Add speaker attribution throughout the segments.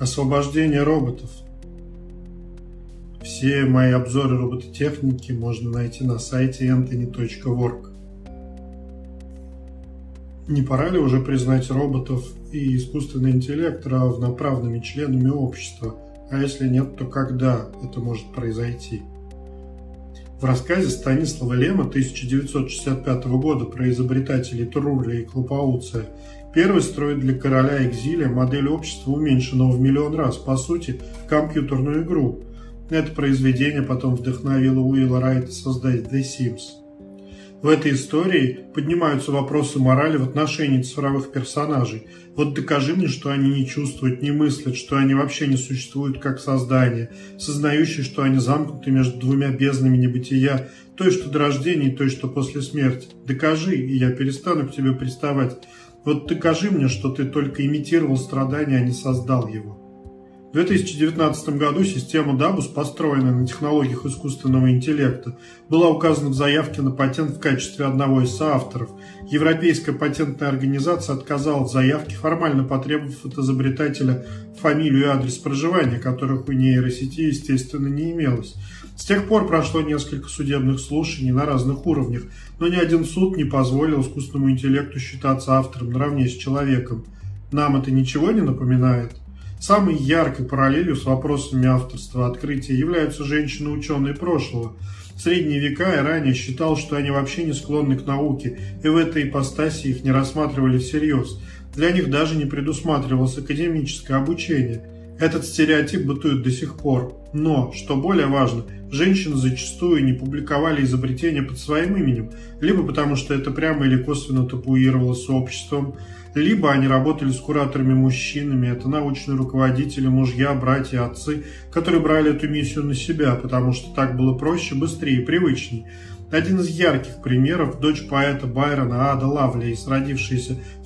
Speaker 1: Освобождение роботов. Все мои обзоры робототехники можно найти на сайте anthony.org. Не пора ли уже признать роботов и искусственный интеллект равноправными членами общества? А если нет, то когда это может произойти? В рассказе Станислава Лема 1965 года про изобретателей Трурля и Клопауция первый строит для короля Экзилия модель общества, уменьшенного в миллион раз, по сути, компьютерную игру. Это произведение потом вдохновило Уилла Райта создать The Sims. В этой истории поднимаются вопросы морали в отношении цифровых персонажей. Вот докажи мне, что они не чувствуют, не мыслят, что они вообще не существуют как создания, сознающие, что они замкнуты между двумя безднами небытия, той, что до рождения, и той, что после смерти. Докажи, и я перестану к тебе приставать. Вот докажи мне, что ты только имитировал страдания, а не создал его. В 2019 году система Dabus, построенная на технологиях искусственного интеллекта, была указана в заявке на патент в качестве одного из соавторов. Европейская патентная организация отказала в заявке, формально потребовав от изобретателя фамилию и адрес проживания, которых у нейросети, естественно, не имелось. С тех пор прошло несколько судебных слушаний на разных уровнях, но ни один суд не позволил искусственному интеллекту считаться автором наравне с человеком. Нам это ничего не напоминает? Самой яркой параллелью с вопросами авторства открытия являются женщины-ученые прошлого. В средние века и ранее считал, что они вообще не склонны к науке, и в этой ипостаси их не рассматривали всерьез. Для них даже не предусматривалось академическое обучение. Этот стереотип бытует до сих пор. Но, что более важно, женщины зачастую не публиковали изобретения под своим именем, либо потому что это прямо или косвенно табуировалось обществом, либо они работали с кураторами-мужчинами, это научные руководители, мужья, братья, отцы, которые брали эту миссию на себя, потому что так было проще, быстрее и привычней. Один из ярких примеров – дочь поэта Байрона Ада Лавлейс, родившаяся в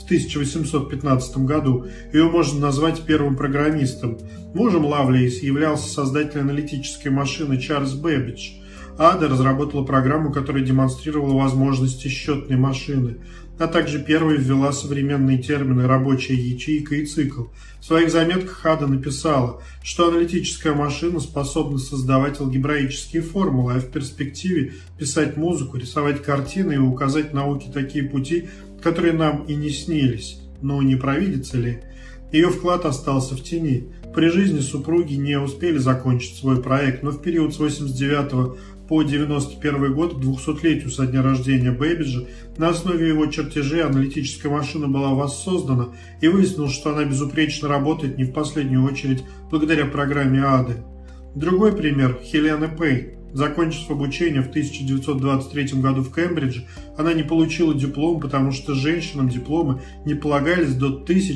Speaker 1: 1815 году. Ее можно назвать первым программистом. Мужем Лавлейс являлся создатель аналитической машины Чарльз Бэббидж. Ада разработала программу, которая демонстрировала возможности счетной машины, а также первой ввела современные термины «рабочая ячейка» и «цикл». В своих заметках Ада написала, что аналитическая машина способна создавать алгебраические формулы, а в перспективе писать музыку, рисовать картины и указать науке такие пути, которые нам и не снились. Но не провидится ли? Ее вклад остался в тени. При жизни супруги не успели закончить свой проект, но в период с 89 по 91 год, к 200-летию со дня рождения Бэббиджа, на основе его чертежей аналитическая машина была воссоздана, и выяснилось, что она безупречно работает не в последнюю очередь благодаря программе Ады. Другой пример – Хелена Пэй. Закончив обучение в 1923 году в Кембридже, она не получила диплом, потому что женщинам дипломы не полагались до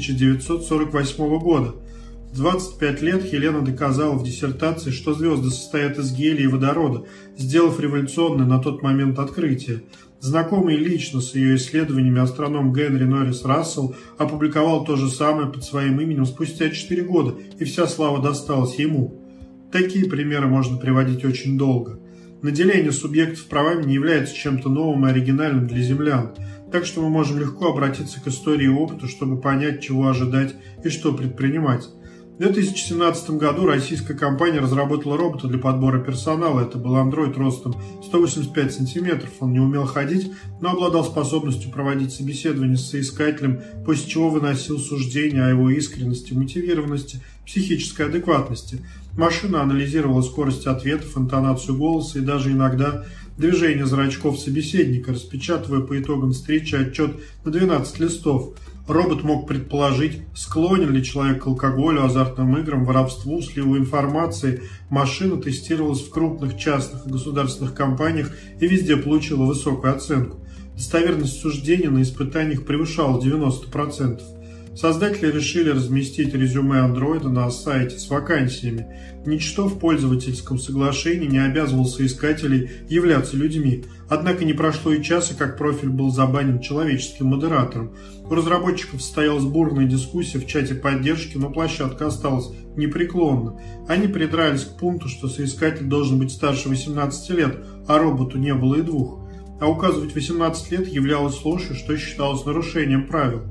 Speaker 1: 1948 года. В 25 лет Хелена доказала в диссертации, что звезды состоят из гелия и водорода, сделав революционное на тот момент открытие. Знакомый лично с ее исследованиями астроном Генри Норрис Рассел опубликовал то же самое под своим именем спустя 4 года, и вся слава досталась ему. Такие примеры можно приводить очень долго. Наделение субъектов правами не является чем-то новым и оригинальным для землян, так что мы можем легко обратиться к истории и опыту, чтобы понять, чего ожидать и что предпринимать. В 2017 году российская компания разработала робота для подбора персонала. Это был андроид ростом 185 сантиметров. Он не умел ходить, но обладал способностью проводить собеседование с соискателем, после чего выносил суждения о его искренности, мотивированности, психической адекватности. Машина анализировала скорость ответов, интонацию голоса и даже иногда движение зрачков собеседника, распечатывая по итогам встречи отчет на 12 листов. Робот мог предположить, склонен ли человек к алкоголю, азартным играм, воровству, сливу информации. Машина тестировалась в крупных частных и государственных компаниях и везде получила высокую оценку. Достоверность суждения на испытаниях превышала 90%. Создатели решили разместить резюме андроида на сайте с вакансиями. Ничто в пользовательском соглашении не обязывало соискателей являться людьми. Однако не прошло и часа, как профиль был забанен человеческим модератором. У разработчиков состоялась бурная дискуссия в чате поддержки, но площадка осталась непреклонна. Они придрались к пункту, что соискатель должен быть старше 18 лет, а роботу не было и 2. А указывать 18 лет являлось ложью, что считалось нарушением правил.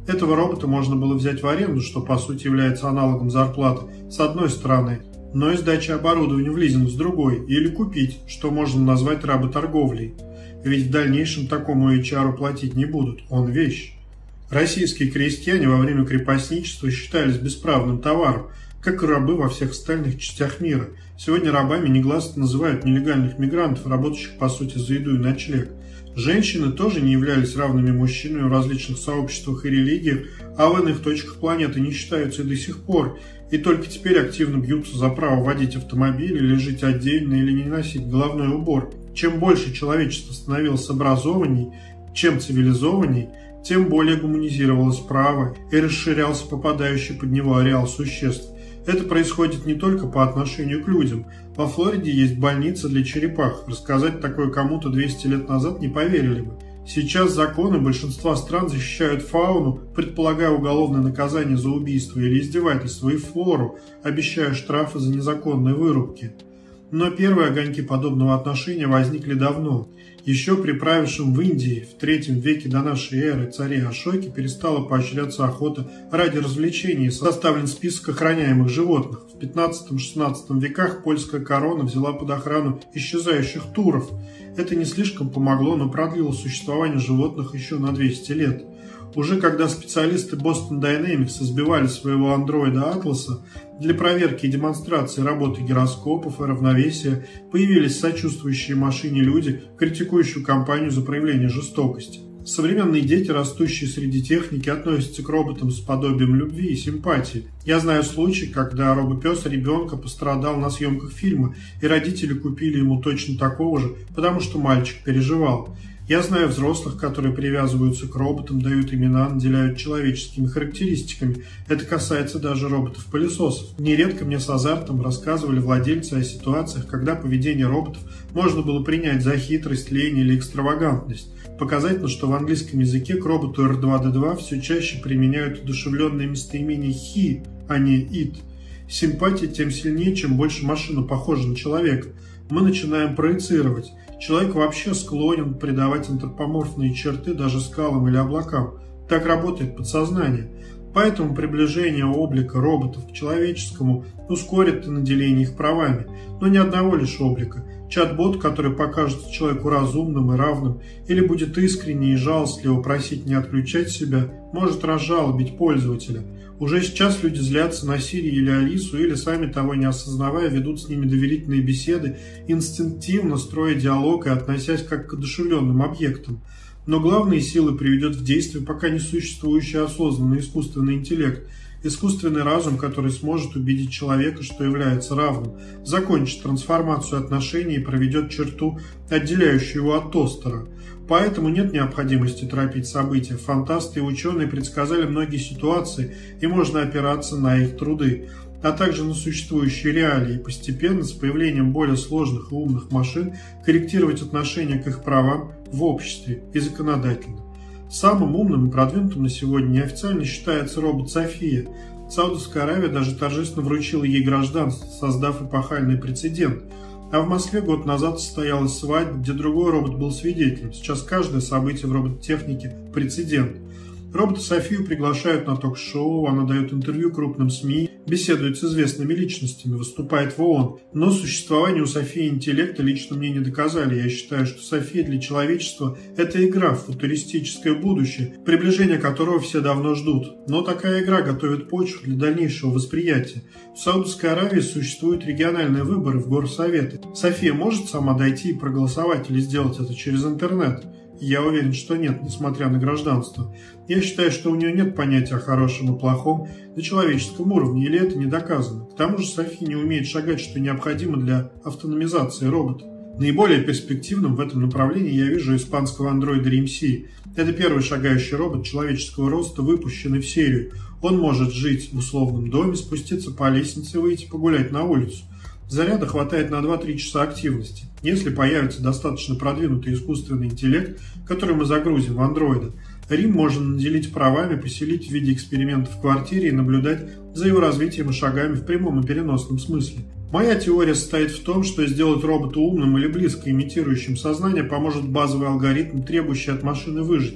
Speaker 1: Этого робота можно было взять в аренду, что по сути является аналогом зарплаты, с одной стороны, но и сдачи оборудования в лизинг с другой, или купить, что можно назвать работорговлей. Ведь в дальнейшем такому HR платить не будут, он вещь. Российские крестьяне во время крепостничества считались бесправным товаром, как и рабы во всех остальных частях мира. Сегодня рабами негласно называют нелегальных мигрантов, работающих по сути за еду и ночлег. Женщины тоже не являлись равными мужчинам в различных сообществах и религиях, а в иных точках планеты не считаются и до сих пор, и только теперь активно бьются за право водить автомобиль или жить отдельно или не носить головной убор. Чем больше человечество становилось образованней, чем цивилизованней, тем более гуманизировалось право и расширялся попадающий под него ареал существ. Это происходит не только по отношению к людям. Во Флориде есть больница для черепах. Рассказать такое кому-то 200 лет назад не поверили бы. Сейчас законы большинства стран защищают фауну, предполагая уголовное наказание за убийство или издевательство, и флору, обещая штрафы за незаконные вырубки. Но первые огоньки подобного отношения возникли давно. Еще при правившем в Индии в III веке до нашей эры царе Ашоке перестала поощряться охота ради развлечений, составлен список охраняемых животных. В XV-XVI веках польская корона взяла под охрану исчезающих туров. Это не слишком помогло, но продлило существование животных еще на 200 лет. Уже когда специалисты Boston Dynamics сбивали своего андроида Атласа, для проверки и демонстрации работы гироскопов и равновесия появились сочувствующие машине люди, критикующие компанию за проявление жестокости. Современные дети, растущие среди техники, относятся к роботам с подобием любви и симпатии. Я знаю случай, когда робопес ребенка пострадал на съемках фильма, и родители купили ему точно такого же, потому что мальчик переживал. Я знаю взрослых, которые привязываются к роботам, дают имена, наделяют человеческими характеристиками. Это касается даже роботов-пылесосов. Нередко мне с азартом рассказывали владельцы о ситуациях, когда поведение роботов можно было принять за хитрость, лень или экстравагантность. Показательно, что в английском языке к роботу R2-D2 все чаще применяют удушевленное местоимение «he», а не «it». Симпатия тем сильнее, чем больше машина похожа на человека. Мы начинаем проецировать. Человек вообще склонен придавать антропоморфные черты даже скалам или облакам. Так работает подсознание. Поэтому приближение облика роботов к человеческому ускорит и наделение их правами. Но не одного лишь облика. Чат-бот, который покажется человеку разумным и равным, или будет искренне и жалостливо просить не отключать себя, может разжалобить пользователя. Уже сейчас люди злятся на Сири или Алису, или сами того не осознавая, ведут с ними доверительные беседы, инстинктивно строя диалог и относясь как к одушевленным объектам. Но главные силы приведет в действие пока не существующий осознанный искусственный интеллект, искусственный разум, который сможет убедить человека, что является равным, закончит трансформацию отношений и проведет черту, отделяющую его от тостера. Поэтому нет необходимости торопить события. Фантасты и ученые предсказали многие ситуации, и можно опираться на их труды, а также на существующие реалии, и постепенно, с появлением более сложных и умных машин, корректировать отношение к их правам в обществе и законодательно. Самым умным и продвинутым на сегодня неофициально считается робот София. Саудовская Аравия даже торжественно вручила ей гражданство, создав эпохальный прецедент. А в Москве год назад состоялась свадьба, где другой робот был свидетелем. Сейчас каждое событие в робототехнике – прецедент. Робота Софию приглашают на ток-шоу, она дает интервью крупным СМИ, беседует с известными личностями, выступает в ООН. Но существование у Софии интеллекта лично мне не доказали. Я считаю, что София для человечества – это игра в футуристическое будущее, приближение которого все давно ждут. Но такая игра готовит почву для дальнейшего восприятия. В Саудовской Аравии существуют региональные выборы в горсоветы. София может сама дойти и проголосовать или сделать это через интернет? Я уверен, что нет, несмотря на гражданство. Я считаю, что у нее нет понятия о хорошем и плохом на человеческом уровне, или это не доказано. К тому же София не умеет шагать, что необходимо для автономизации робота. Наиболее перспективным в этом направлении я вижу испанского андроида RIMC. Это первый шагающий робот человеческого роста, выпущенный в серию. Он может жить в условном доме, спуститься по лестнице и выйти погулять на улицу. Заряда хватает на 2-3 часа активности. Если появится достаточно продвинутый искусственный интеллект, который мы загрузим в андроида, Рим можно наделить правами, поселить в виде эксперимента в квартире и наблюдать за его развитием и шагами в прямом и переносном смысле. Моя теория состоит в том, что сделать робота умным или близко имитирующим сознание поможет базовый алгоритм, требующий от машины выжить.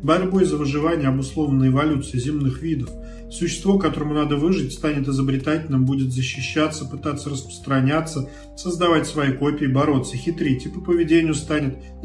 Speaker 1: борьбой за выживание обусловлена эволюция земных видов. Существо, которому надо выжить, станет изобретательным, будет защищаться, пытаться распространяться, создавать свои копии, бороться, хитрить, и по поведению станет на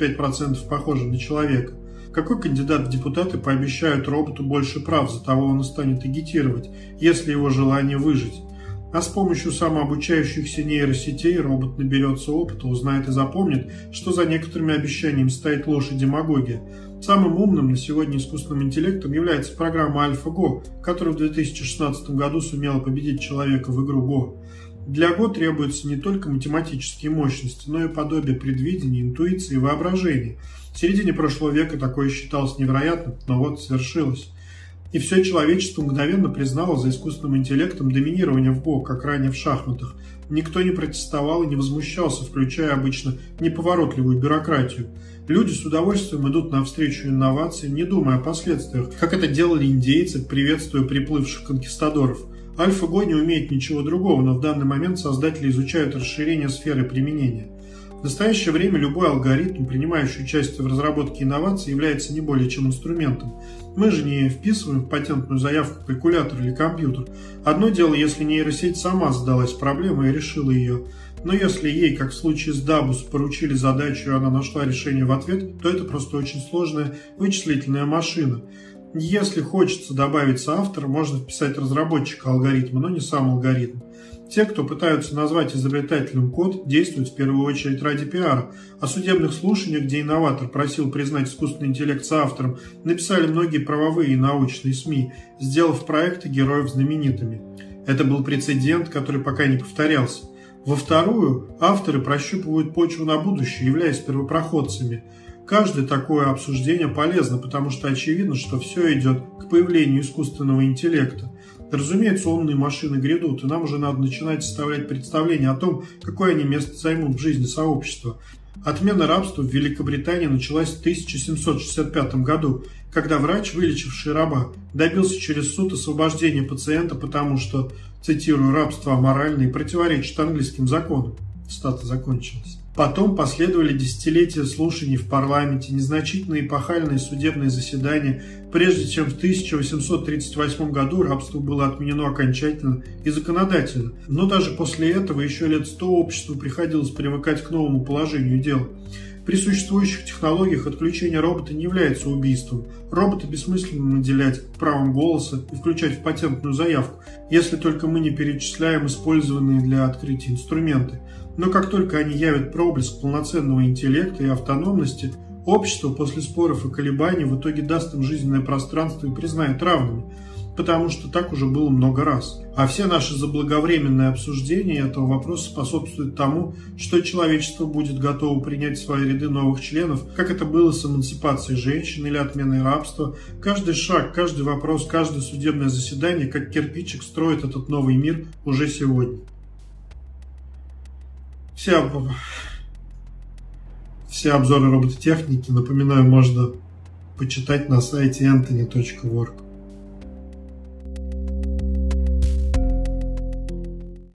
Speaker 1: 95% похожим на человека. Какой кандидат в депутаты пообещают роботу больше прав, за того он и станет агитировать, если его желание выжить? А с помощью самообучающихся нейросетей робот наберется опыта, узнает и запомнит, что за некоторыми обещаниями стоит ложь и демагогия. Самым умным на сегодня искусственным интеллектом является программа AlphaGo, которая в 2016 году сумела победить человека в игру Go. Для Go требуются не только математические мощности, но и подобие предвидения, интуиции и воображения. В середине прошлого века такое считалось невероятным, но вот свершилось. И все человечество мгновенно признало за искусственным интеллектом доминирование в Го, как ранее в шахматах. Никто не протестовал и не возмущался, включая обычно неповоротливую бюрократию. Люди с удовольствием идут навстречу инновациям, не думая о последствиях, как это делали индейцы, приветствуя приплывших конкистадоров. AlphaGo не умеет ничего другого, но в данный момент создатели изучают расширение сферы применения. В настоящее время любой алгоритм, принимающий участие в разработке инноваций, является не более чем инструментом. Мы же не вписываем в патентную заявку калькулятор или компьютер. Одно дело, если нейросеть сама задалась проблемой и решила ее. Но если ей, как в случае с Дабус, поручили задачу и она нашла решение в ответ, то это просто очень сложная вычислительная машина. Если хочется добавить соавтора, можно вписать разработчика алгоритма, но не сам алгоритм. Те, кто пытаются назвать изобретателем код, действуют в первую очередь ради пиара. О судебных слушаниях, где инноватор просил признать искусственный интеллект соавтором, написали многие правовые и научные СМИ, сделав проекты героев знаменитыми. Это был прецедент, который пока не повторялся. Во вторую, авторы прощупывают почву на будущее, являясь первопроходцами. Каждое такое обсуждение полезно, потому что очевидно, что все идет к появлению искусственного интеллекта. Разумеется, умные машины грядут, и нам уже надо начинать составлять представление о том, какое они место займут в жизни сообщества. Отмена рабства в Великобритании началась в 1765 году, когда врач, вылечивший раба, добился через суд освобождения пациента, потому что, цитирую, рабство аморально и противоречит английским законам. Цитата закончилась. Потом последовали десятилетия слушаний в парламенте, незначительные эпохальные судебные заседания, прежде чем в 1838 году рабство было отменено окончательно и законодательно. Но даже после этого еще лет 100 обществу приходилось привыкать к новому положению дел. При существующих технологиях отключение робота не является убийством. Робота бессмысленно наделять правом голоса и включать в патентную заявку, если только мы не перечисляем использованные для открытия инструменты. Но как только они явят проблеск полноценного интеллекта и автономности, общество после споров и колебаний в итоге даст им жизненное пространство и признает равными, потому что так уже было много раз. А все наши заблаговременные обсуждения этого вопроса способствуют тому, что человечество будет готово принять в свои ряды новых членов, как это было с эмансипацией женщин или отменой рабства. Каждый шаг, каждый вопрос, каждое судебное заседание, как кирпичик, строит этот новый мир уже сегодня. Все обзоры робототехники, напоминаю, можно почитать на сайте anthony.org.